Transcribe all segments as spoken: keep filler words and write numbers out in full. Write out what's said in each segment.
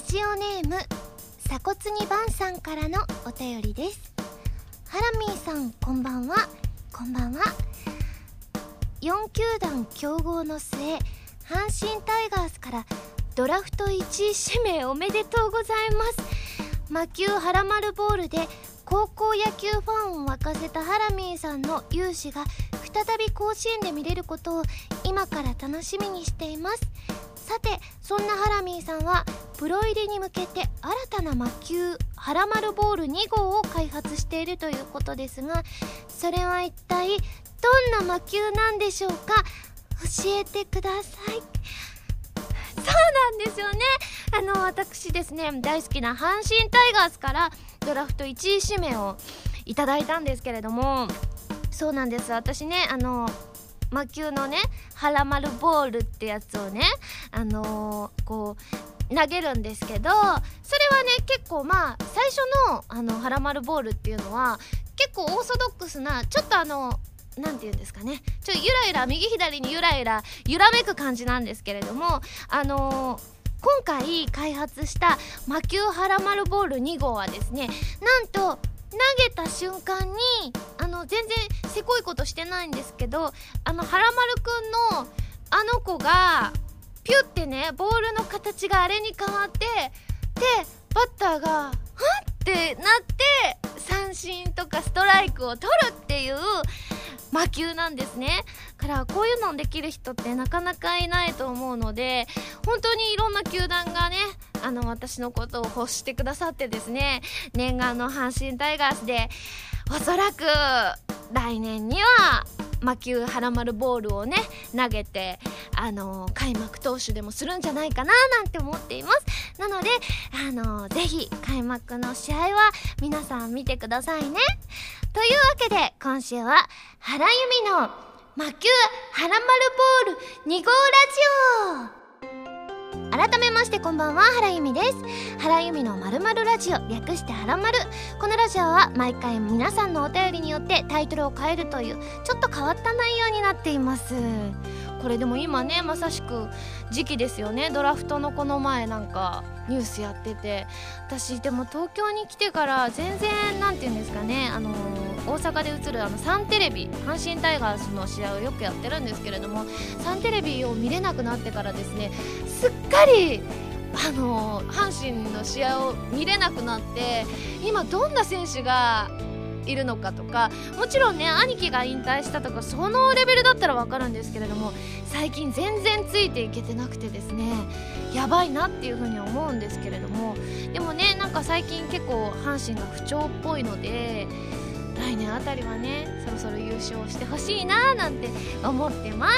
ジオネーム鎖骨にばんさんからのお便りです。ハラミーさん、こんばんは。こんばんは。よん球団競合の末、阪神タイガースからドラフトいちい指名おめでとうございます。魔球はらまるボールで高校野球ファンを沸かせたハラミーさんの勇姿が再び甲子園で見れることを今から楽しみにしています。さて、そんなハラミーさんはプロ入りに向けて新たな魔球はらまるボールに号を開発しているということですが、それは一体どんな魔球なんでしょうか。教えてください。そうなんですよね。あの私ですね、大好きな阪神タイガースからドラフトいちい指名をいただいたんですけれども、そうなんです。私ね、あの魔球のねはらまるボールってやつをね、あのー、こう投げるんですけど、それはね結構まあ最初のあのはらまるボールっていうのは結構オーソドックスな、ちょっとあのなんていうんですかね、ちょっとゆらゆら右左にゆらゆら揺らめく感じなんですけれども、あのー、今回開発した魔球はらまるボールに号はですね、なんと投げた瞬間にあの全然せこいことしてないんですけど、あのはらまるくんのあの子がピュってね、ボールの形があれに変わって、でバッターがはっってなって三振とかストライクを取るっていう魔球なんですね。だからこういうのできる人ってなかなかいないと思うので、本当にいろんな球団がね、あの私のことを欲してくださってですね、念願の阪神タイガースでおそらく来年には魔球はらまるボールをね投げて、あの開幕投手でもするんじゃないかななんて思っています。なのであのぜひ開幕の試合は皆さん見てくださいね。というわけで今週は原由美の魔球はらまるボールに号ラジオ。改めましてこんばんは、原由美です。原由美のまるまるラジオ、略してはらまる。このラジオは毎回皆さんのお便りによってタイトルを変えるというちょっと変わった内容になっています。これでも今ね、まさしく時期ですよね。ドラフトのこの前なんかニュースやってて、私でも東京に来てから全然なんていうんですかね、あのー、大阪で映るあのサンテレビ、阪神タイガースの試合をよくやってるんですけれども、サンテレビを見れなくなってからですね、すっかりあのー、阪神の試合を見れなくなって、今どんな選手がいるのかとか、もちろんね兄貴が引退したとかそのレベルだったらわかるんですけれども、最近全然ついていけてなくてですね、やばいなっていうふうに思うんですけれども、でもねなんか最近結構阪神が不調っぽいので、来年あたりはねそろそろ優勝してほしいななんて思ってます。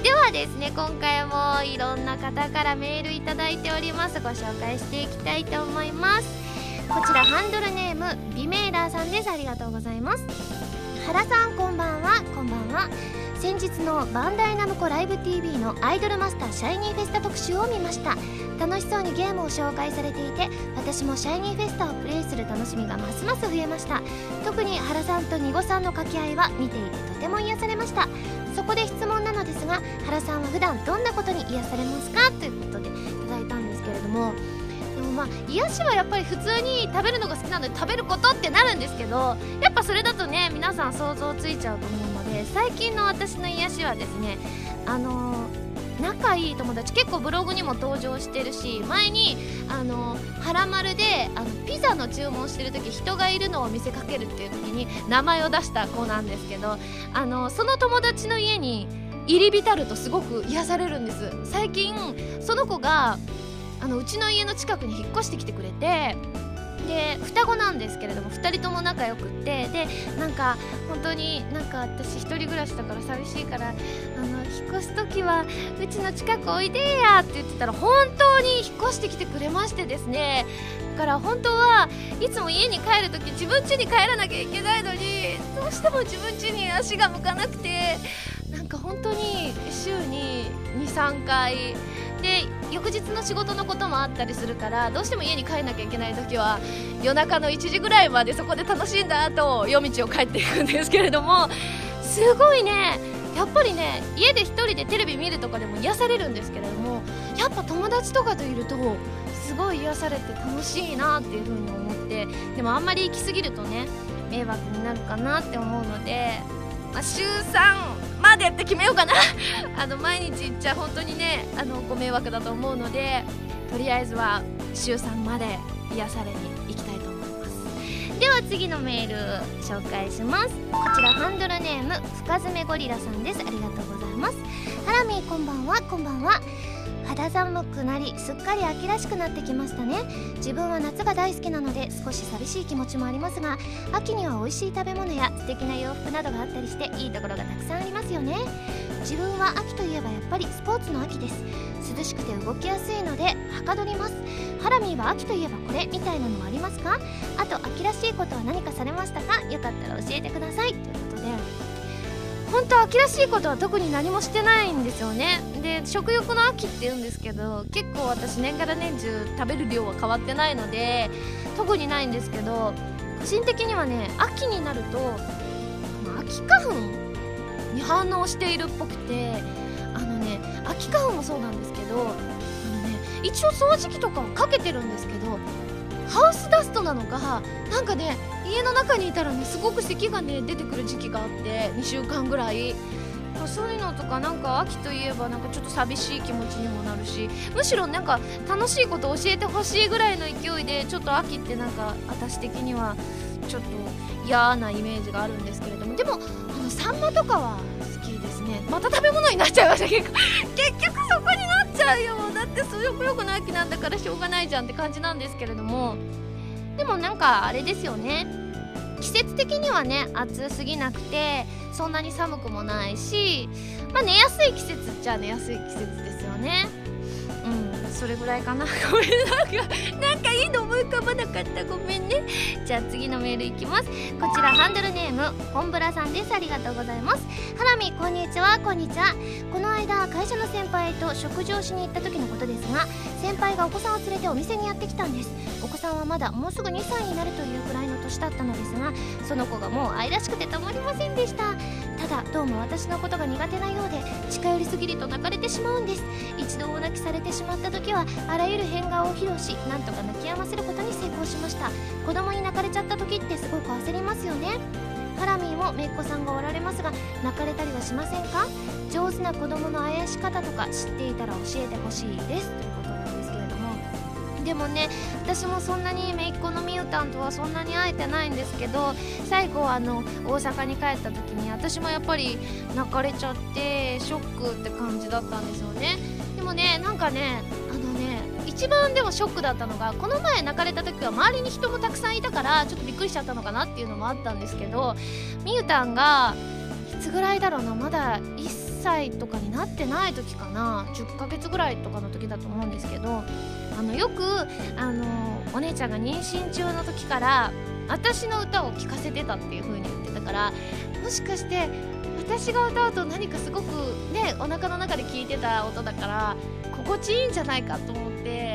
ではですね、今回もいろんな方からメールいただいております。ご紹介していきたいと思います。こちらハンドルネームビメイラーさんです。ありがとうございます。原さんこんばんは。こんばんは。先日のバンダイナムコライブ ティーブイ のアイドルマスターシャイニーフェスタ特集を見ました。楽しそうにゲームを紹介されていて、私もシャイニーフェスタをプレイする楽しみがますます増えました。特に原さんとニゴさんの掛け合いは見ていてとても癒されました。そこで質問なのですが、原さんは普段どんなことに癒されますかということでいただいたんですけれども、でもまあ癒しはやっぱり普通に食べるのが好きなので食べることってなるんですけど、やっぱそれだとね皆さん想像ついちゃうと思うので、最近の私の癒しはですね、あのー、仲いい友達、結構ブログにも登場してるし、前にあのー、はらまるであのピザの注文してる時人がいるのを見せかけるっていう時に名前を出した子なんですけど、あのー、その友達の家に入り浸るとすごく癒されるんです。最近その子があのうちの家の近くに引っ越してきてくれて、で双子なんですけれどもふたりとも仲良くって、でなんか本当になんか私一人暮らしだから寂しいから、あの引っ越す時はうちの近くおいでやって言ってたら本当に引っ越してきてくれましてですね、だから本当はいつも家に帰る時自分家に帰らなきゃいけないのに、どうしても自分家に足が向かなくて、なんか本当に週に にさんかいで、翌日の仕事のこともあったりするから、どうしても家に帰んなきゃいけない時は夜中のいちじぐらいまでそこで楽しんだ後夜道を帰っていくんですけれども、すごいねやっぱりね家で一人でテレビ見るとかでも癒されるんですけれども、やっぱ友達とかといるとすすごい癒されて楽しいなっていう風に思って、でもあんまり行き過ぎるとね迷惑になるかなって思うので、まあ、週さんまでって決めようかなあの毎日行っちゃ本当にねあのご迷惑だと思うので、とりあえずは週さんまで癒されに行きたいと思います。では次のメール紹介します。こちらハンドルネーム深爪ゴリラさんです。ありがとうございます。ハラミーこんばんは。こんばんは。肌寒くなりすっかり秋らしくなってきましたね。自分は夏が大好きなので少し寂しい気持ちもありますが、秋には美味しい食べ物や素敵な洋服などがあったりしていいところがたくさんありますよね。自分は秋といえばやっぱりスポーツの秋です。涼しくて動きやすいのではかどります。ハラミーは秋といえばこれみたいなのはありますか？あと秋らしいことは何かされましたか？よかったら教えてくださいということで、本当秋らしいことは特に何もしてないんですよね。で食欲の秋って言うんですけど、結構私年がら年中食べる量は変わってないので特にないんですけど、個人的にはね秋になると、まあ、秋花粉に反応しているっぽくて、あのね秋花粉もそうなんですけど、あのね一応掃除機とかはかけてるんですけど、ハウスダストなのかなんかね家の中にいたらねすごく咳がね出てくる時期があってにしゅうかんぐらい、そういうのとかなんか秋といえばなんかちょっと寂しい気持ちにもなるし、むしろなんか楽しいこと教えてほしいぐらいの勢いで、ちょっと秋ってなんか私的にはちょっと嫌なイメージがあるんですけれども、でもあのサンマとかは好きですね。また食べ物になっちゃいました結局結局そこになっちゃうよ。だってそれよくの秋なんだからしょうがないじゃんって感じなんですけれども、でもなんかあれですよね、季節的にはね暑すぎなくてそんなに寒くもないし、まあ寝やすい季節っちゃ寝やすい季節ですよね。うん、それぐらいかなごめん、なんかなんかいいの思い浮かばなかった、ごめんね。じゃあ次のメールいきます。こちらハンドルネームコンブラさんです。ありがとうございます。ハラミこんにちは。こんにちは。この間会社の先輩と食事をしに行った時のことですが、先輩がお子さんを連れてお店にやってきたんです。お子さんはまだもうすぐにさいになるというくらいの年だったのですが、その子がもう愛らしくてたまりませんでした。ただどうも私のことが苦手なようで近寄りすぎると泣かれてしまうんです。一度お泣きされてしまった時はあらゆる変顔を披露し、なんとか泣き止ませることに成功しました。子供に泣かれちゃった時ってすごく焦りますよね。ハラミーもめいっ子さんがおられますが、泣かれたりはしませんか？上手な子供のあやし方とか知っていたら教えてほしいですということなんですけれども、でもね私もそんなにめいっ子のみゆたんとはそんなに会えてないんですけど、最後あの大阪に帰った時に私もやっぱり泣かれちゃってショックって感じだったんですよね。でもねなんかねあのね一番でもショックだったのが、この前泣かれた時は周りに人もたくさんいたからちょっとびっくりしちゃったのかなっていうのもあったんですけど、みゆたんがいつぐらいだろうな、まだいっさいとかになってない時かな、じゅっかげつぐらいとかの時だと思うんですけど、あのよくあのお姉ちゃんが妊娠中の時から私の歌を聴かせてたっていう風に言ってたから、もしかして私が歌うと何かすごくねお腹の中で聴いてた音だから心地いいんじゃないかと思って、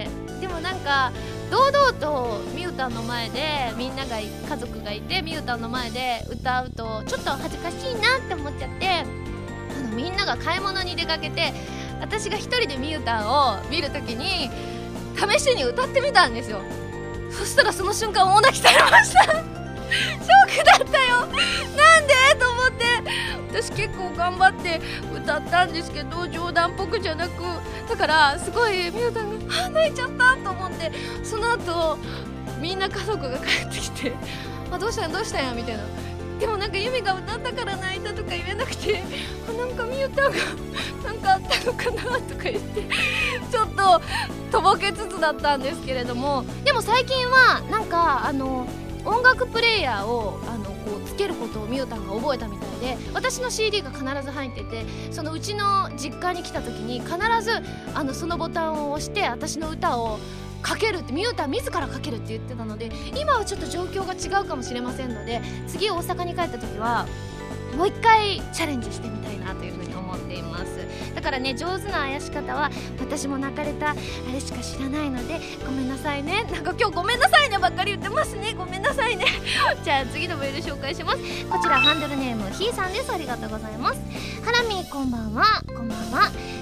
でもなんか堂々とみゆたんの前でみんなが家族がいてみゆたんの前で歌うとちょっと恥ずかしいなって思っちゃって、あのみんなが買い物に出かけて私が一人でみゆたんを見るときに試しに歌ってみたんですよ。そしたらその瞬間大泣きされましたショックだったよ。なんでと思って、私結構頑張って歌ったんですけど冗談っぽくじゃなく、だからすごいみゆたんが泣いちゃったと思って、その後みんな家族が帰ってきてあどうしたんどうしたんやみたいな、でもなんかユミが歌ったから泣いたとか言えなくて、あなんかみゆたんがなんかあったのかなとか言ってちょっととぼけつつだったんですけれども、でも最近はなんかあの音楽プレイヤーをあのこうつけることをみゆたんが覚えたみたいで、私の シーディー が必ず入ってて、そのうちの実家に来た時に必ずあのそのボタンを押して私の歌をかけるって、みゆたん自らかけるって言ってたので、今はちょっと状況が違うかもしれませんので、次大阪に帰った時はもう一回チャレンジしてみたいなというふうに思っています。だからね上手なあやし方は私も泣かれたあれしか知らないのでごめんなさいね。なんか今日ごめんなさいねばっかり言ってますね、ごめんなさいねじゃあ次のメール紹介します。こちらハンドルネームひーさんです。ありがとうございます。ハラミこんばんは。こんばんは。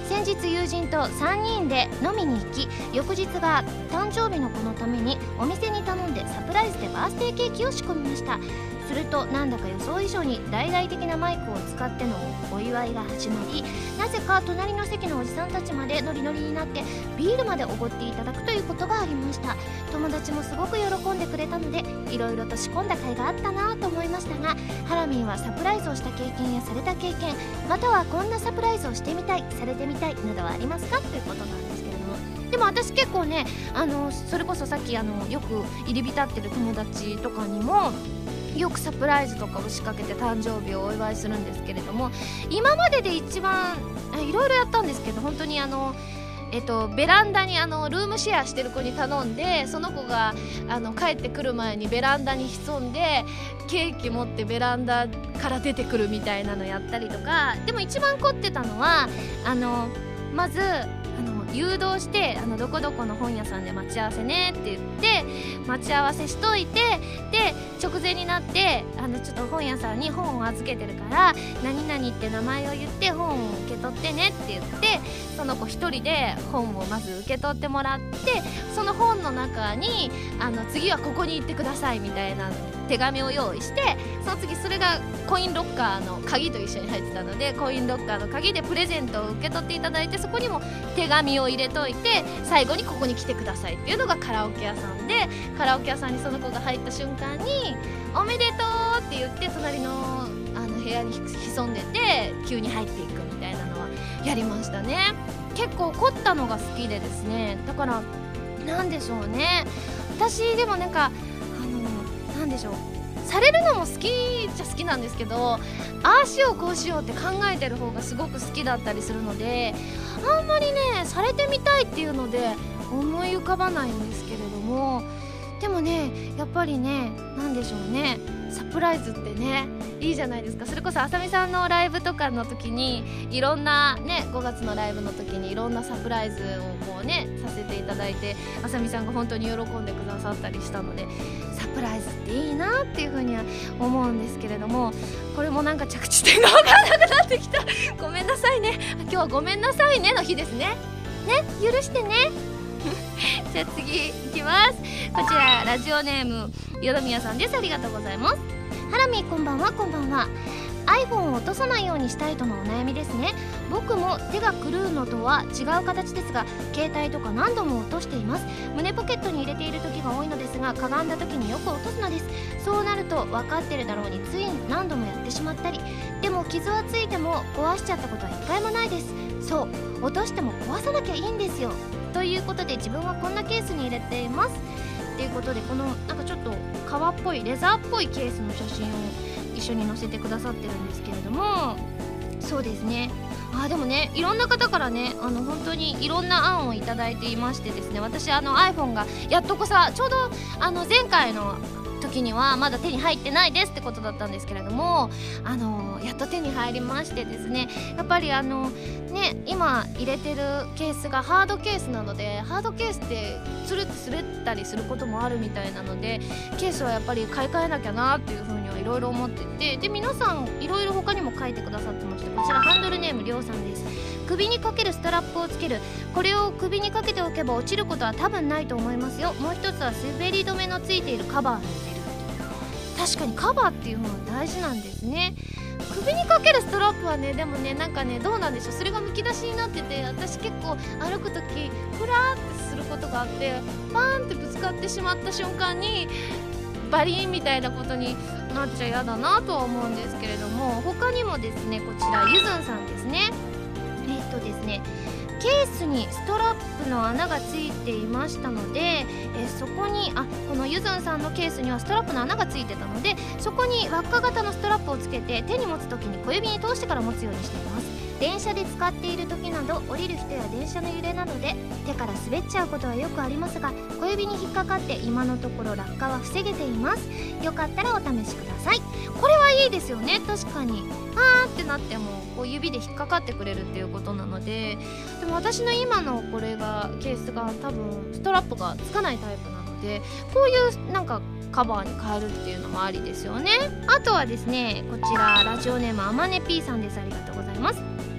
先日友人とさんにんで飲みに行き、翌日が誕生日の子のためにお店に頼んでサプライズでバースデーケーキを仕込みました。するとなんだか予想以上に大々的なマイクを使ってのお祝いが始まり、なぜか隣の席のおじさんたちまでノリノリになってビールまでおごっていただくということがありました。友達もすごく喜んでくれたので、いろいろと仕込んだ甲斐があったなと思いましたが、ハラミンはサプライズをした経験やされた経験、またはこんなサプライズをしてみたい、されてみたいなどはありますかということなんですけれども、でも私結構ね、あのそれこそさっきあのよく入り浸ってる友達とかにもよくサプライズとかを仕掛けて誕生日をお祝いするんですけれども、今までで一番いろいろやったんですけど、本当にあのえっと、ベランダにあのルームシェアしてる子に頼んで、その子があの帰ってくる前にベランダに潜んでケーキ持ってベランダから出てくるみたいなのやったりとか。でも一番凝ってたのはあのまずあの誘導して、あのどこどこの本屋さんで待ち合わせねって言って待ち合わせしといて、で直前になってあのちょっと本屋さんに本を預けてるから何々って名前を言って本を受け取ってねって言って、その子一人で本をまず受け取ってもらって、その本の中にあの次はここに行ってくださいみたいな手紙を用意して、その次それがコインロッカーの鍵と一緒に入ってたので、コインロッカーの鍵でプレゼントを受け取っていただいて、そこにも手紙を入れといて、最後にここに来てくださいっていうのがカラオケ屋さんで、カラオケ屋さんにその子が入った瞬間におめでとうって言って隣のあの部屋に潜んでて急に入っていくみたいなのはやりましたね。結構凝ったのが好きでですね、だからなんでしょうね、私でもなんかあのなんでしょう、されるのも好きっちゃ好きなんですけど、ああしようこうしようって考えてる方がすごく好きだったりするので、あんまりねされてみたいっていうので思い浮かばないんですけれども、でもねやっぱりね、なんでしょうね、サプライズってねいいじゃないですか。それこそあさみさんのライブとかの時にいろんなね、ごがつのライブの時にいろんなサプライズをこうねさせていただいて、あさみさんが本当に喜んでくださったりしたので、サプライズっていいなっていう風には思うんですけれども、これもなんか着地点が分からなくなってきたごめんなさいね、今日はごめんなさいねの日ですね。ね、許してねじゃあ次いきます。こちらラジオネームよどみやさんです。ありがとうございます。ハラミこんばんは。こんばんは。 iPhone を落とさないようにしたいとのお悩みですね。僕も手が狂うのとは違う形ですが、携帯とか何度も落としています。胸ポケットに入れている時が多いのですが、かがんだ時によく落とすのです。そうなると分かってるだろうについ何度もやってしまったり、でも傷はついても壊しちゃったことは一回もないです。そう、落としても壊さなきゃいいんですよ。ということで自分はこんなケースに入れていますということで、このなんかちょっと革っぽいレザーっぽいケースの写真を一緒に載せてくださってるんですけれども、そうですね、あでもね、いろんな方からね、あの本当にいろんな案をいただいていましてですね、私あの iPhone がやっとこさ、ちょうどあの前回の時にはまだ手に入ってないですってことだったんですけれども、あのやっと手に入りましてですね、やっぱりあのね、今入れてるケースがハードケースなので、ハードケースってつるって滑ったりすることもあるみたいなので、ケースはやっぱり買い替えなきゃなっていうふうにはいろいろ思ってて、で皆さんいろいろ他にも書いてくださってまして、こちらハンドルネームりょうさんです。首にかけるストラップをつける、これを首にかけておけば落ちることは多分ないと思いますよ。もう一つは滑り止めのついているカバーに入れる。確かにカバーっていうのは大事なんですね。首にかけるストラップはね、でもね、なんかね、どうなんでしょう、それがむき出しになってて、私結構歩くときふらーってすることがあって、パーンってぶつかってしまった瞬間にバリーンみたいなことになっちゃ嫌だなとは思うんですけれども、他にもですね、こちらゆずんさんですね。えっとですねケースにストラップの穴がついていましたので、えそこにあこのゆずんさんのケースにはストラップの穴がついてたので、そこに輪っか型のストラップをつけて手に持つ時に小指に通してから持つようにしています。電車で使っている時など、降りる人や電車の揺れなどで手から滑っちゃうことはよくありますが、小指に引っかかって今のところ落下は防げています。よかったらお試しください。これはいいですよね。確かにあーってなってもこう指で引っかかってくれるっていうことなので、でも私の今のこれがケースが多分ストラップがつかないタイプなので、こういうなんかカバーに変えるっていうのもありですよね。あとはですね、こちらラジオネームあまね P さんです。ありがとうございます。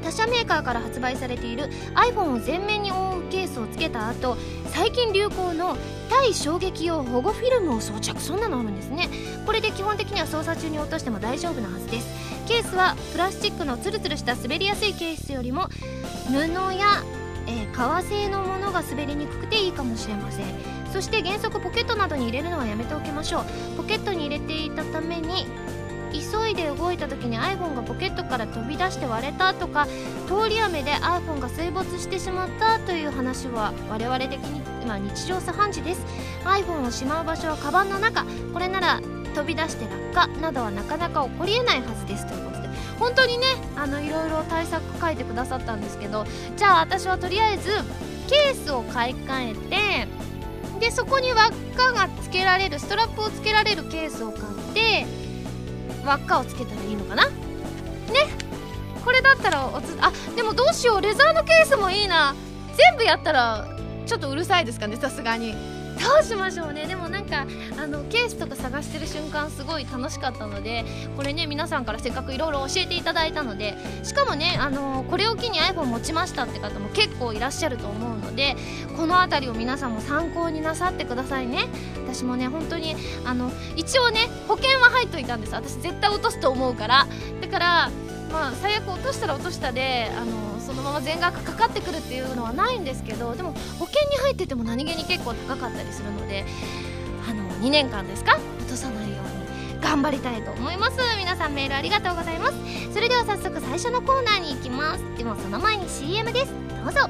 他社メーカーから発売されている iPhone を全面に覆うケースをつけた後、最近流行の対衝撃用保護フィルムを装着、そんなのあるんですね。これで基本的には操作中に落としても大丈夫なはずです。ケースはプラスチックのツルツルした滑りやすいケースよりも布や、えー、革製のものが滑りにくくていいかもしれません。そして原則ポケットなどに入れるのはやめておきましょう。ポケットに入れていたために急いで動いた時に iPhone がポケットから飛び出して割れたとか、通り雨で iPhone が水没してしまったという話は我々的に今日常茶飯事です。 iPhone をしまう場所はカバンの中、これなら飛び出して落下などはなかなか起こりえないはずですということで、本当にねあのいろいろ対策書いてくださったんですけど、じゃあ私はとりあえずケースを買い替えて、でそこに輪っかがつけられるストラップをつけられるケースを買って輪っかをつけたらいいのかなね。これだったらおつあでもどうしよう、レザーのケースもいいな。全部やったらちょっとうるさいですかね、さすがに。どうしましょうね。でもなんかあのケースとか探してる瞬間すごい楽しかったので、これね皆さんからせっかくいろいろ教えていただいたので、しかもねあのこれを機に iPhone 持ちましたって方も結構いらっしゃると思うので、このあたりを皆さんも参考になさってくださいね。私もね本当にあの一応ね保険は入っといたんです。私絶対落とすと思うから。だからまあ最悪落としたら落としたであのそのまま全額かかってくるっていうのはないんですけど、でも保険に入ってても何気に結構高かったりするので、あのにねんかんですか落とさないように頑張りたいと思います。皆さんメールありがとうございます。それでは早速最初のコーナーに行きます。でもその前に シーエム です。どうぞ。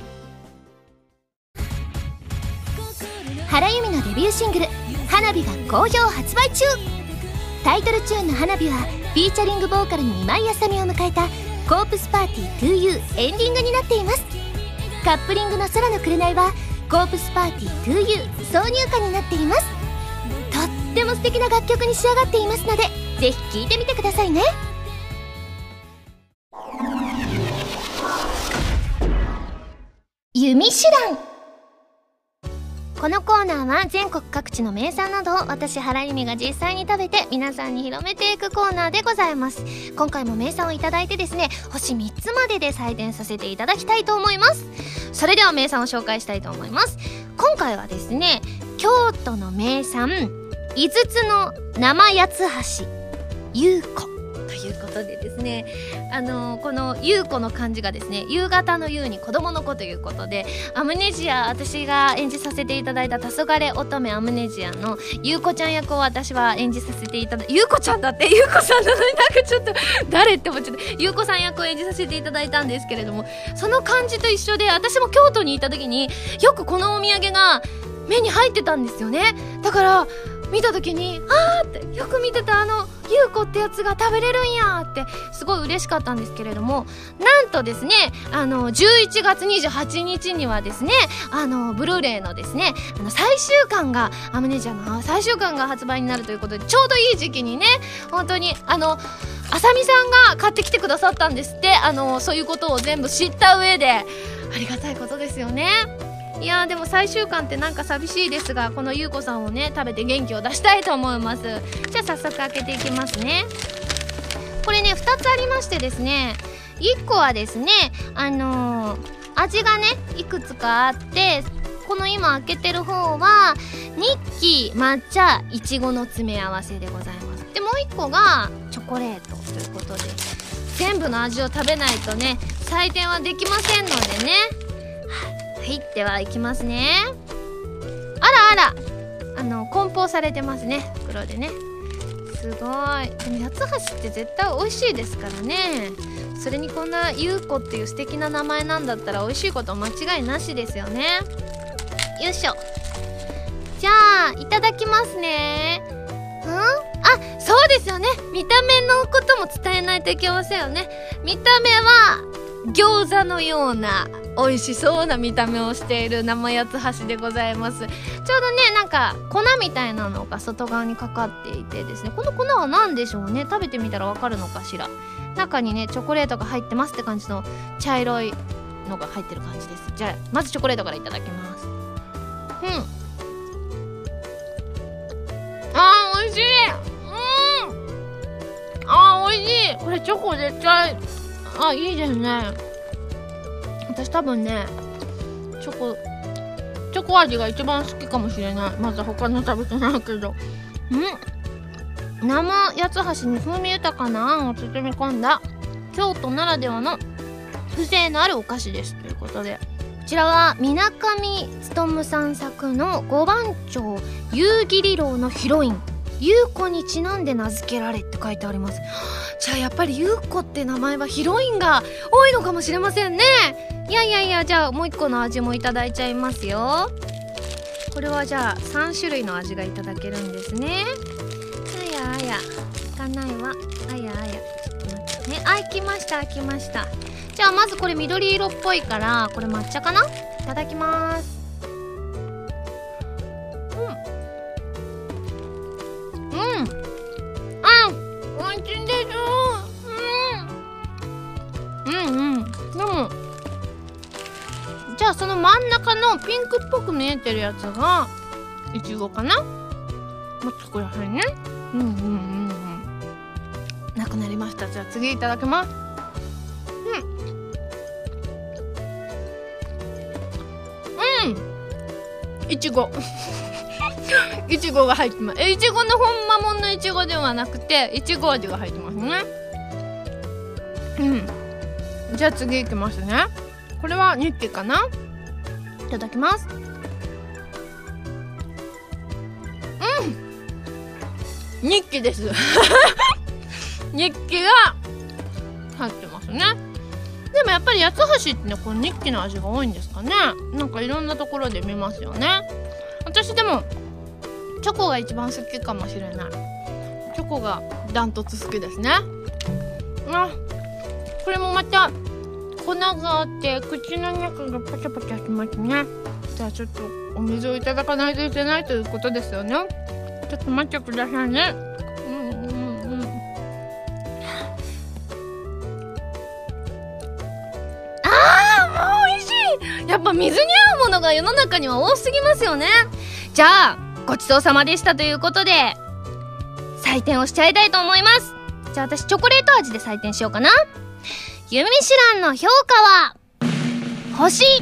原由美のデビューシングル「花火」が好評発売中。タイトルチューンの「花火」はフィーチャリングボーカルに今井あさみを迎えたコープスパーティー トゥーユー エンディングになっています。カップリングの空の紅はコープスパーティー トゥーユー 挿入歌になっています。とっても素敵な楽曲に仕上がっていますので、ぜひ聴いてみてくださいね。弓手段。このコーナーは全国各地の名産などを私原由美が実際に食べて皆さんに広めていくコーナーでございます。今回も名産をいただいてですね、星みっつまでで採点させていただきたいと思います。それでは名産を紹介したいと思います。今回はですね、京都の名産井筒の生八つ橋優子ということでですね、あのー、この優子の漢字がですね、夕方の夕に子供の子ということで、アムネジア、私が演じさせていただいた黄昏乙女アムネジアの優子ちゃん役を私は演じさせていただいた、優子ちゃんだって優子さんなのになんかちょっと誰って思っちゃった。優子さん役を演じさせていただいたんですけれども、その漢字と一緒で私も京都にいた時によくこのお土産が目に入ってたんですよね。だから見た時にあーってよく見てたあの優子ってやつが食べれるんやってすごい嬉しかったんですけれども、なんとですねあのじゅういちがつにじゅうはちにちにはですねあのブルーレイのですねあの最終巻がアムネジアの最終巻が発売になるということで、ちょうどいい時期にね本当にあのあさみさんが買ってきてくださったんですって。あのそういうことを全部知った上でありがたいことですよね。いやーでも最終巻ってなんか寂しいですが、この優子さんをね食べて元気を出したいと思います。じゃあ早速開けていきますね。これねふたつありましてですね、いっこはですねあのー、味がねいくつかあって、この今開けてる方はニッキー抹茶いちごの詰め合わせでございます。でもういっこがチョコレートということで、全部の味を食べないとね採点はできませんのでね。はい、ではいきますね。あらあら、あの梱包されてますね、袋でね。すごい。でも八つ橋って絶対美味しいですからね。それにこんな優子っていう素敵な名前なんだったら美味しいこと間違いなしですよね。よいしょ。じゃあいただきますね。ん？あ、そうですよね、見た目のことも伝えないといけませんよね。見た目は餃子のような美味しそうな見た目をしている生八つ橋でございます。ちょうどねなんか粉みたいなのが外側にかかっていてですね、この粉は何でしょうね。食べてみたらわかるのかしら。中にねチョコレートが入ってますって感じの茶色いのが入ってる感じです。じゃあまずチョコレートからいただきます。うん、あー美味しい。うん、あー美味しい。これチョコ絶対あ、いいですね。私多分ねチョコチョコ味が一番好きかもしれない。まだ他の食べてないけど、うん、生八つ橋に風味豊かなあんを包み込んだ京都ならではの風情のあるお菓子ですということで、こちらは水上勉さん作の五番町夕霧楼のヒロイン優子にちなんで名付けられって書いてあります。じゃあやっぱり優子って名前はヒロインが多いのかもしれませんね。いやいやいや、じゃあもう一個の味もいただいちゃいますよ。これはじゃあさん種類の味がいただけるんですね。あやあやいかないわ。あやあやちょっと待ってね。あ、来ました来ました。じゃあまずこれ緑色っぽいからこれ抹茶かな。いただきます。うんうんうん、おいしいです。うんうんうん。でもじゃあその真ん中のピンクっぽく見えてるやつがいちごかな。待ってくださいね。うんうんうんうん。なくなりました。じゃあ次いただきます。うんうん、いちごいちごが入ってます。えいちごのほんまもんのいちごではなくていちご味が入ってますね。うん、じゃあ次いきますね。これはニッケかな。いただきます。うん、ニッケですニッケが入ってますね。でもやっぱり八つ橋ってね、このニッケの味が多いんですかね。なんかいろんなところで見ますよね。私でもチョコが一番好きかもしれない。チョコがダントツ好きですね。あ、これもまた粉があって口の中がパチャパチャしますね。じゃあちょっとお水をいただかないといけないということですよね。ちょっと待ってくださいね。うんうんうん。あー、もう美味しい。やっぱ水に合うものが世の中には多すぎますよね。じゃあごちそうさまでしたということで採点をしちゃいたいと思います。じゃあ私チョコレート味で採点しようかな。ユミシュランの評価は星 にてんきゅ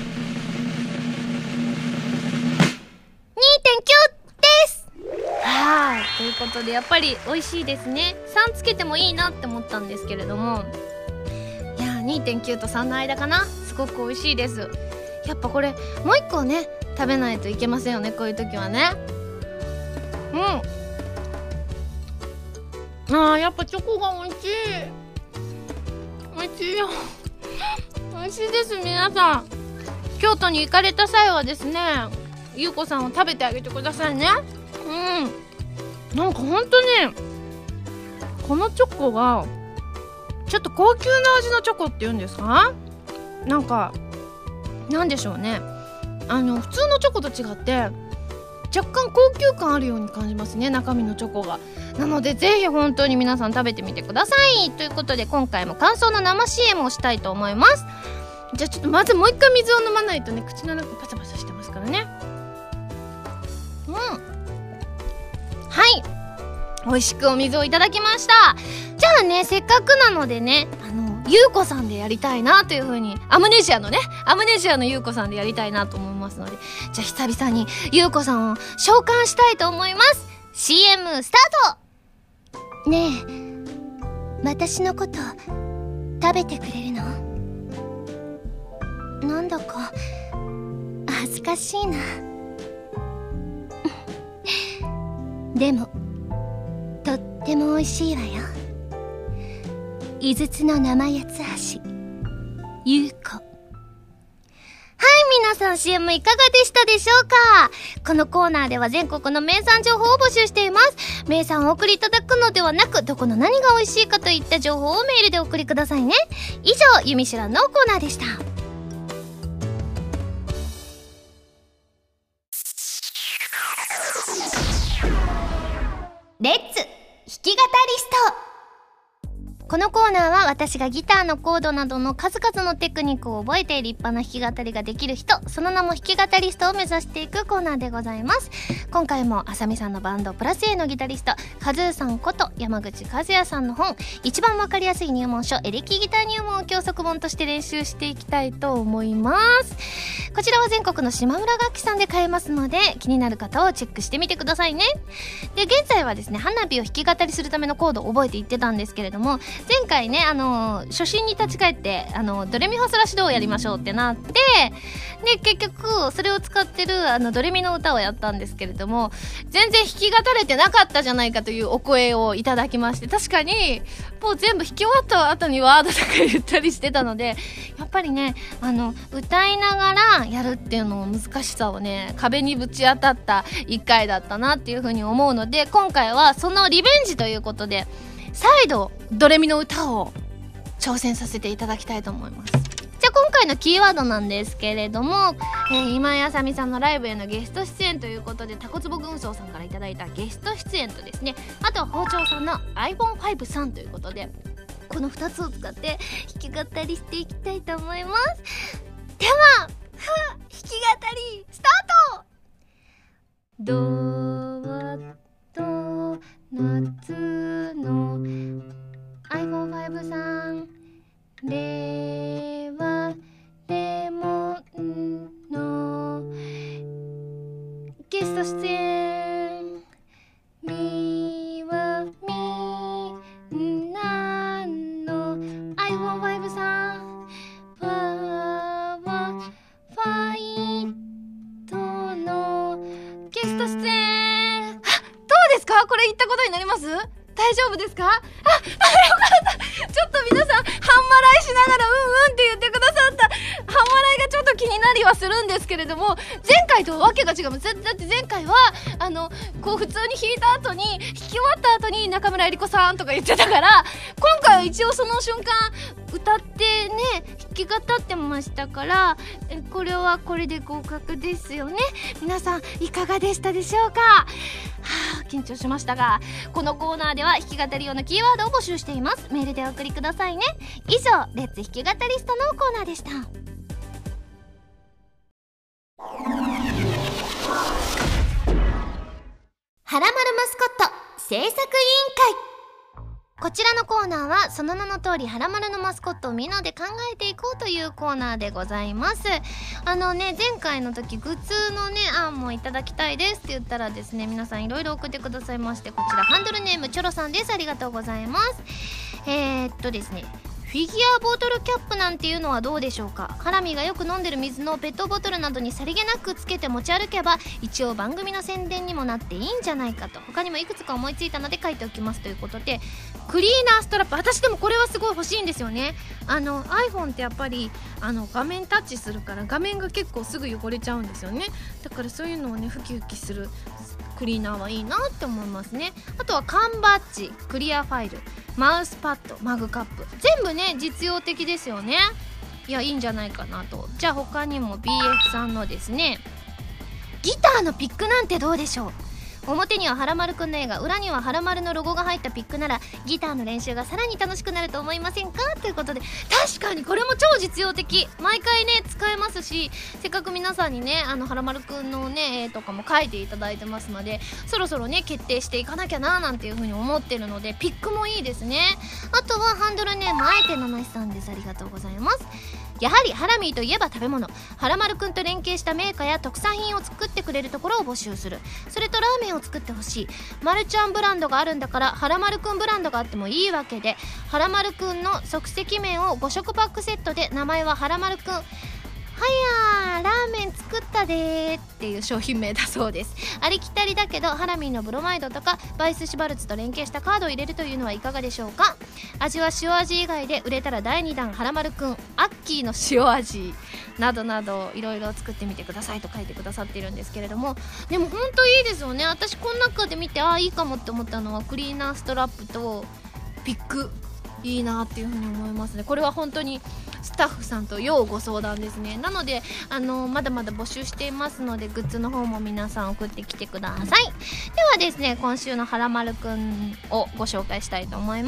う です。はい、ということでやっぱり美味しいですね。さんつけてもいいなって思ったんですけれども、いや にてんきゅう とさんの間かな。すごく美味しいです。やっぱこれもう一個ね食べないといけませんよね、こういう時はね。うん、あー、やっぱチョコが美味しい。美味しいよ美味しいです。皆さん京都に行かれた際はですね、ゆうこさんを食べてあげてくださいね。うん、なんかほんとね、このチョコがちょっと高級な味のチョコっていうんですか。なんかなんでしょうね、あの普通のチョコと違って若干高級感あるように感じますね、中身のチョコが。なのでぜひ本当に皆さん食べてみてください。ということで今回も感想の生 シーエム をしたいと思います。じゃあちょっとまずもう一回水を飲まないとね、口の中パサパサしてますからね。うん、はい、美味しくお水をいただきました。じゃあね、せっかくなのでね、あのゆうこさんでやりたいなという風に、アムネジアのねアムネジアのゆうこさんでやりたいなと思いますので、じゃあ久々にゆうこさんを召喚したいと思います。 シーエム スタート。ねえ、私のこと食べてくれるの？なんだか恥ずかしいなでもとっても美味しいわよ。井筒の生八つ橋ゆうこ。はい、皆さん シーエム いかがでしたでしょうか。このコーナーでは全国の名産情報を募集しています。名産をお送りいただくのではなく、どこの何が美味しいかといった情報をメールでお送りくださいね。以上、ゆみしゅらんのコーナーでした。レッツ弾き語りスト。 このコーナーは私がギターのコードなどの数々のテクニックを覚えて立派な弾き語りができる人、その名も弾き語りストを目指していくコーナーでございます。今回もあさみさんのバンドプラス A のギタリストカズーさんこと山口和也さんの本、一番わかりやすい入門書エレキギター入門を教則本として練習していきたいと思います。こちらは全国の島村楽器さんで買えますので、気になる方はチェックしてみてくださいね。で、現在はですね、花火を弾き語りするためのコードを覚えていってたんですけれども、前回ね、あのー、初心に立ち返ってあのドレミファソラシドをやりましょうってなって、で結局それを使ってるあのドレミの歌をやったんですけれども、全然弾き語れてなかったじゃないかというお声をいただきまして、確かにもう全部弾き終わった後にワードとか言ったりしてたので、やっぱりね、あの歌いながらやるっていうのの難しさをね、壁にぶち当たったいっかいだったなっていうふうに思うので、今回はそのリベンジということで再度ドレミの歌を挑戦させていただきたいと思います。じゃあ今回のキーワードなんですけれども、えー、今井あさみさんのライブへのゲスト出演ということで、タコツボ軍曹さんからいただいたゲスト出演とですね、あとは包丁さんの アイフォンファイブ さんということで、このふたつを使って弾き語りしていきたいと思います。では弾き語りスタート。ドはド夏の アイフォンファイブ さん、レはレモンのゲスト出演、ミはみんなの アイフォンファイブ さん、ファはファイトのゲスト出演。あ、どうですか？これ言ったことになります？大丈夫ですか？あ、あ、よかった。ちょっと皆さん半笑いしながらうんうんって言ってくださった。半笑いがちょっと気になりはするんですけれども、前回とわけが違う。だって前回はあのこう普通に弾いた後に弾き終わった後に中村えり子さんとか言ってたから、今回は一応その瞬間歌ってね、弾き語ってましたから、これはこれで合格ですよね。皆さんいかがでしたでしょうか？はあ、緊張しましたが、このコーナーでは弾き語り用のキーワードを募集しています。メールでお送りくださいね。以上、レッツ弾き語りストのコーナーでした。はらまるマスコット制作委員会。こちらのコーナーはその名の通り、はらまるのマスコットをみんなで考えていこうというコーナーでございます。あのね、前回の時グッズのね案もいただきたいですって言ったらですね、皆さんいろいろ送ってくださいまして、こちらハンドルネームチョロさんです。ありがとうございます。えー、っとですねフィギュアボトルキャップなんていうのはどうでしょうか。ハラミがよく飲んでる水のペットボトルなどにさりげなくつけて持ち歩けば、一応番組の宣伝にもなっていいんじゃないかと、他にもいくつか思いついたので書いておきますということで、クリーナーストラップ、私でもこれはすごい欲しいんですよね。あの iPhone ってやっぱりあの画面タッチするから画面が結構すぐ汚れちゃうんですよね。だからそういうのをね、ふきふきするクリーナーはいいなって思いますね。あとは缶バッジ、クリアファイル、マウスパッド、マグカップ、全部ね実用的ですよね。いや、いいんじゃないかなと。じゃあ他にも ビーエフ さんのですねギターのピックなんてどうでしょう。表にははらまるくんの絵が、裏にははらまるのロゴが入ったピックならギターの練習がさらに楽しくなると思いませんかということで、確かにこれも超実用的。毎回ね使えますし、せっかく皆さんにねあのはらまるくんのね絵とかも描いていただいてますので、そろそろね決定していかなきゃななんていう風に思ってるので、ピックもいいですね。あとはハンドルネームあえてななしさんです。ありがとうございます。やはりハラミーといえば食べ物、はらまるくんと連携したメーカーや特産品を作ってくれるところを募集する。それとラーメンを作ってほしい。マルちゃんブランドがあるんだからはらまるくんブランドがあってもいいわけで、はらまるくんの即席麺をご食パックセットで、名前ははらまるくん、はやーラーメン作ったでーっていう商品名だそうです。ありきたりだけど、ハラミーのブロマイドとかバイスシュバルツと連携したカードを入れるというのはいかがでしょうか。味は塩味以外で、売れたらだいにだんはらまるくんアッキーの塩味などなどいろいろ作ってみてくださいと書いてくださっているんですけれども、でも本当いいですよね。私この中で見てああいいかもって思ったのは、クリーナーストラップとピック、いいなっていうふうに思いますね。これは本当にスタッフさんと要ご相談ですね。なのであのまだまだ募集していますので、グッズの方も皆さん送ってきてください。ではですね、今週のはらまるくんをご紹介したいと思います。こ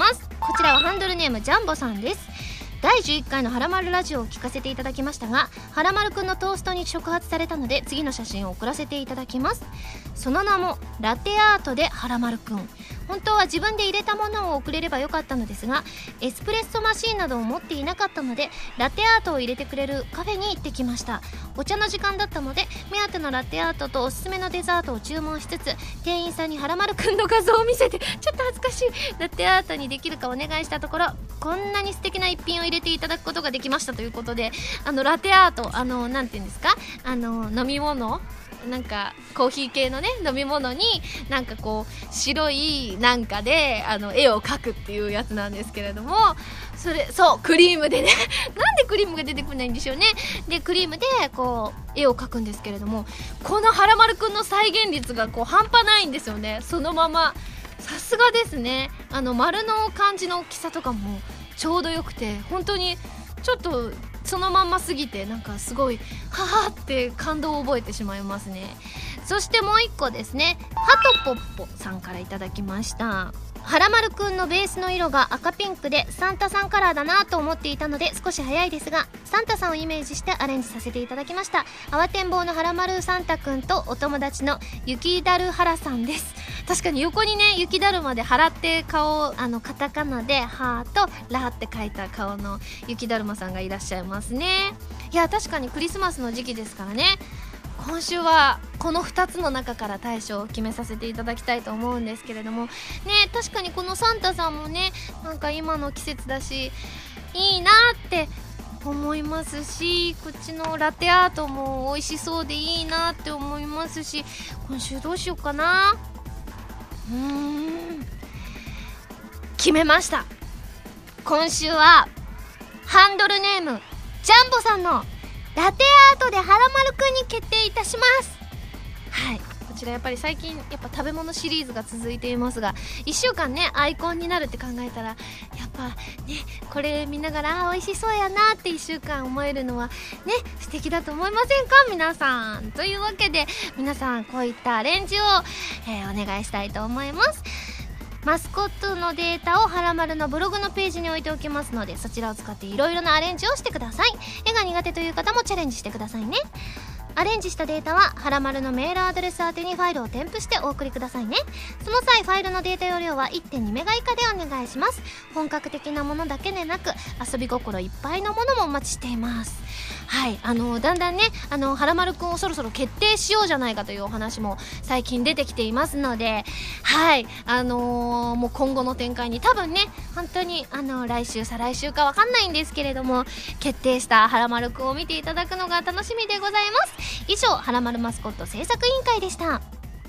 こちらはハンドルネームジャンボさんです。だいじゅういっかいのはらまるラジオを聞かせていただきましたが、はらまるくんのトーストに触発されたので次の写真を送らせていただきます。その名もラテアートではらまるくん。本当は自分で入れたものを送れればよかったのですが、エスプレッソマシーンなどを持っていなかったのでラテアートを入れてくれるカフェに行ってきました。お茶の時間だったので目当てのラテアートとおすすめのデザートを注文しつつ、店員さんにはらまるくんの画像を見せて、ちょっと恥ずかしいラテアートにできるかお願いしたところ、こんなに素敵な一品を入れていただくことができましたということで、あのラテアート、あのなんていうんですか、あの飲み物、なんかコーヒー系のね飲み物になんかこう白いなんかであの絵を描くっていうやつなんですけれども、それそうクリームでねなんでクリームが出てこないんでしょうね。でクリームでこう絵を描くんですけれども、このはらまるくんの再現率がこう半端ないんですよね。そのままさすがですね。あの丸の感じの大きさとかもちょうどよくて、本当にちょっとそのまんますぎてなんかすごいははって感動を覚えてしまいますね。そしてもう一個ですね、ハトポッポさんからいただきました。はらまるくんのベースの色が赤ピンクでサンタさんカラーだなと思っていたので少し早いですがサンタさんをイメージしてアレンジさせていただきました。慌てんぼうのはらまるサンタくんとお友達の雪だるはらさんです。確かに横にね雪だるまではらって顔、あのカタカナでハーとラって書いた顔の雪だるまさんがいらっしゃいますね。いや確かにクリスマスの時期ですからね。今週はこのふたつの中から大賞を決めさせていただきたいと思うんですけれどもね。確かにこのサンタさんもねなんか今の季節だしいいなって思いますし、こっちのラテアートも美味しそうでいいなって思いますし、今週どうしようかな。うーん決めました。今週はハンドルネームジャンボさんのラテアートではらまるくんに決定いたします。はい、こちらやっぱり最近やっぱ食べ物シリーズが続いていますが、いっしゅうかんねアイコンになるって考えたらやっぱねこれ見ながら美味しそうやなっていっしゅうかん思えるのはね素敵だと思いませんか皆さん。というわけで皆さんこういったアレンジを、えー、お願いしたいと思います。マスコットのデータをはらまるのブログのページに置いておきますので、そちらを使っていろいろなアレンジをしてください。絵が苦手という方もチャレンジしてくださいね。アレンジしたデータははらまるのメールアドレス宛てにファイルを添付してお送りくださいね。その際ファイルのデータ容量は いってんにメガ以下でお願いします。本格的なものだけでなく遊び心いっぱいのものもお待ちしています。はい、あのだんだんねあのはらまるくんをそろそろ決定しようじゃないかというお話も最近出てきていますので、はいあのー、もう今後の展開に多分ね本当にあの来週再来週かわかんないんですけれども決定したはらまるくんを見ていただくのが楽しみでございます。以上はらまるマスコット制作委員会でした。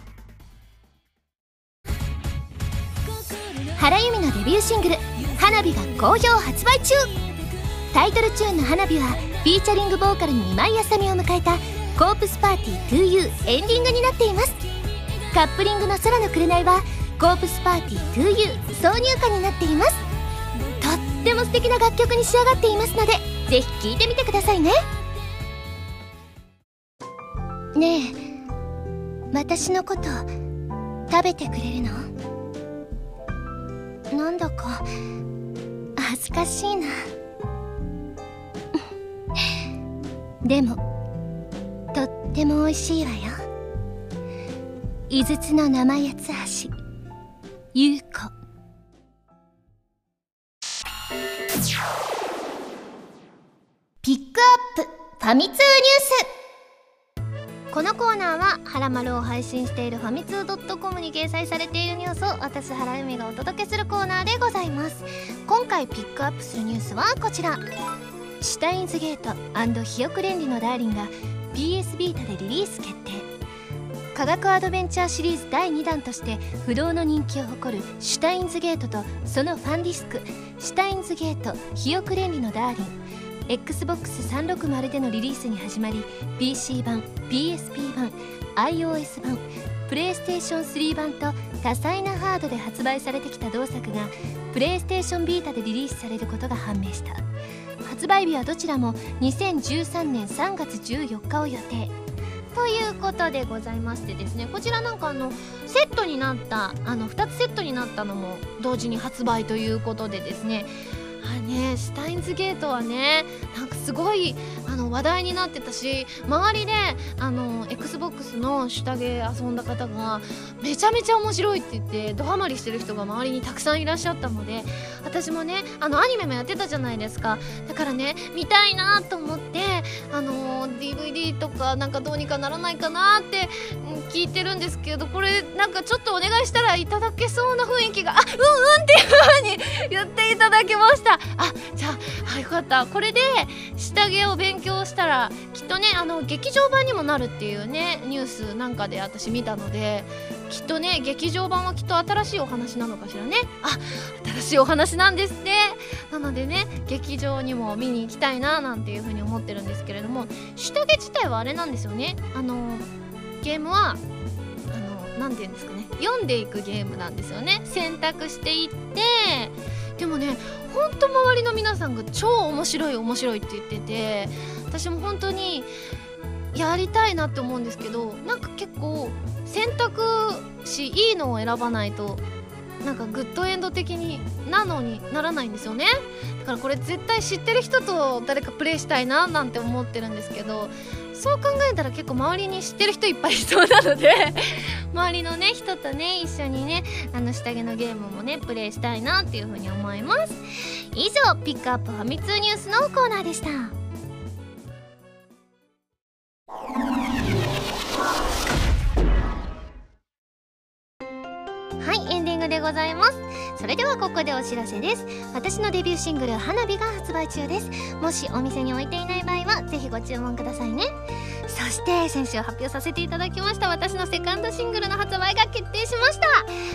原由美のデビューシングル「花火」が好評発売中。タイトルチューンの「花火」はフィーチャリングボーカルに今井あさみを迎えた「コープスパーティー トゥーユー」エンディングになっています。カップリングの「空の紅」は「コープスパーティー トゥーユー」挿入歌になっています。とっても素敵な楽曲に仕上がっていますのでぜひ聴いてみてくださいね。ねえ私のこと食べてくれるの？なんだか恥ずかしいな。でもとっても美味しいわよ。井筒の生八つ橋優子。ピックアップファミ通ニュース。このコーナーははらまるを配信しているファミツー .com に掲載されているニュースを私原由美がお届けするコーナーでございます。今回ピックアップするニュースはこちら。シュタインズゲート&ひよくレンリのダーリンが ピーエス ビータでリリース決定。科学アドベンチャーシリーズだいにだんとして不動の人気を誇るシュタインズゲートとそのファンディスクシュタインズゲートひよくレンリのダーリン、エックスボックスさんびゃくろくじゅう でのリリースに始まり ピーシー 版、ピーエスピー 版、iOS 版、プレイステーションスリー版と多彩なハードで発売されてきた同作がプレイステーションビータでリリースされることが判明した。発売日はどちらもにせんじゅうさんねんさんがつじゅうよっかを予定。 ということでございましてですね、こちらなんかあのセットになったあのふたつセットになったのも同時に発売ということでですね、あね、シュタインズゲートはねなんかすごいあの話題になってたし、周りであの エックスボックス のシュタゲー遊んだ方がめちゃめちゃ面白いって言ってドハマりしてる人が周りにたくさんいらっしゃったので、私もねあのアニメもやってたじゃないですか。だからね見たいなと思ってあの ディーブイディー とかなんかどうにかならないかなって、うん、聞いてるんですけど、これなんかちょっとお願いしたらいただけそうな雰囲気が、あ、うんうんっていう風に言っていただけました。あ、じゃあ、あ、よかった。これで下着を勉強したらきっとねあの劇場版にもなるっていうねニュースなんかで私見たので、きっとね劇場版はきっと新しいお話なのかしらね。あ、新しいお話なんですって。なのでね劇場にも見に行きたいななんていう風に思ってるんですけれども、下着自体はあれなんですよね。あのゲームはあのなんていうんですかね、読んでいくゲームなんですよね。選択していって、でもねほんと周りの皆さんが超面白い面白いって言ってて、私も本当にやりたいなって思うんですけど、なんか結構選択肢いいのを選ばないとなんかグッドエンド的になのにならないんですよね。だからこれ絶対知ってる人と誰かプレイしたいななんて思ってるんですけど、そう考えたら結構周りに知ってる人いっぱいいそうなので周りのね人とね一緒にねあの下着のゲームもねプレイしたいなっていう風に思います。以上ピックアップファミ通ニュースのコーナーでした。はい、エンディングでございます。それではここでお知らせです。私のデビューシングル花火が発売中です。もしお店に置いていない場合はぜひご注文くださいね。そして先週発表させていただきました私のセカンドシングルの発売が決定しました。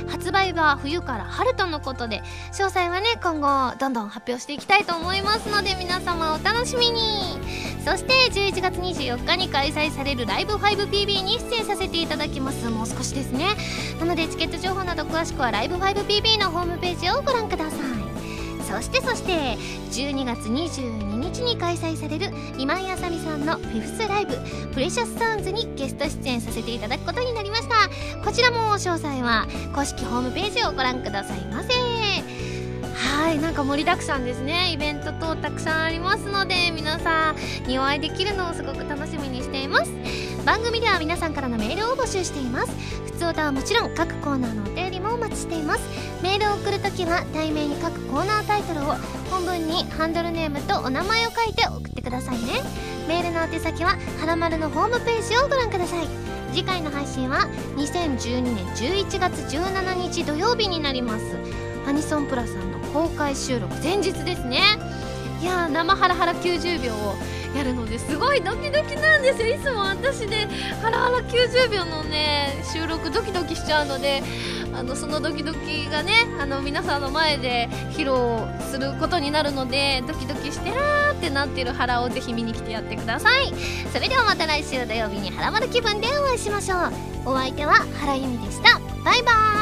発売は冬から春とのことで、詳細はね今後どんどん発表していきたいと思いますので皆様お楽しみに。そしてじゅういちがつにじゅうよっかに開催されるライブ ファイブピービー に出演させていただきます。もう少しですね。なのでチケット情報など詳しくはライブ ファイブピービー のホームページをご覧ください。そしてそしてじゅうにがつにじゅうににちに開催される今井あさみさんのフィフスライブプレシャスサウンズにゲスト出演させていただくことになりました。こちらも詳細は公式ホームページをご覧くださいませ。はい、なんか盛りだくさんですね。イベント等たくさんありますので皆さんにお会いできるのをすごく楽しみにしています。番組では皆さんからのメールを募集しています。普通歌はもちろん各コーナーのお便りもお待ちしています。メールを送るときは題名に各コーナータイトルを、本文にハンドルネームとお名前を書いて送ってくださいね。メールの宛先ははらまるのホームページをご覧ください。次回の配信はにせんじゅうにねんじゅういちがつじゅうしちにち土曜日になります。アニソンプラさんの公開収録前日ですね。いやー生ハラハラきゅうじゅうびょうをやるのですごいドキドキなんですよ。いつも私でハラハラきゅうじゅうびょうのね収録ドキドキしちゃうので、あのそのドキドキがねあの皆さんの前で披露することになるので、ドキドキしてらーってなってるハラをぜひ見に来てやってください。それではまた来週土曜日にハラマル気分でお会いしましょう。お相手は原由美でした。バイバーイ。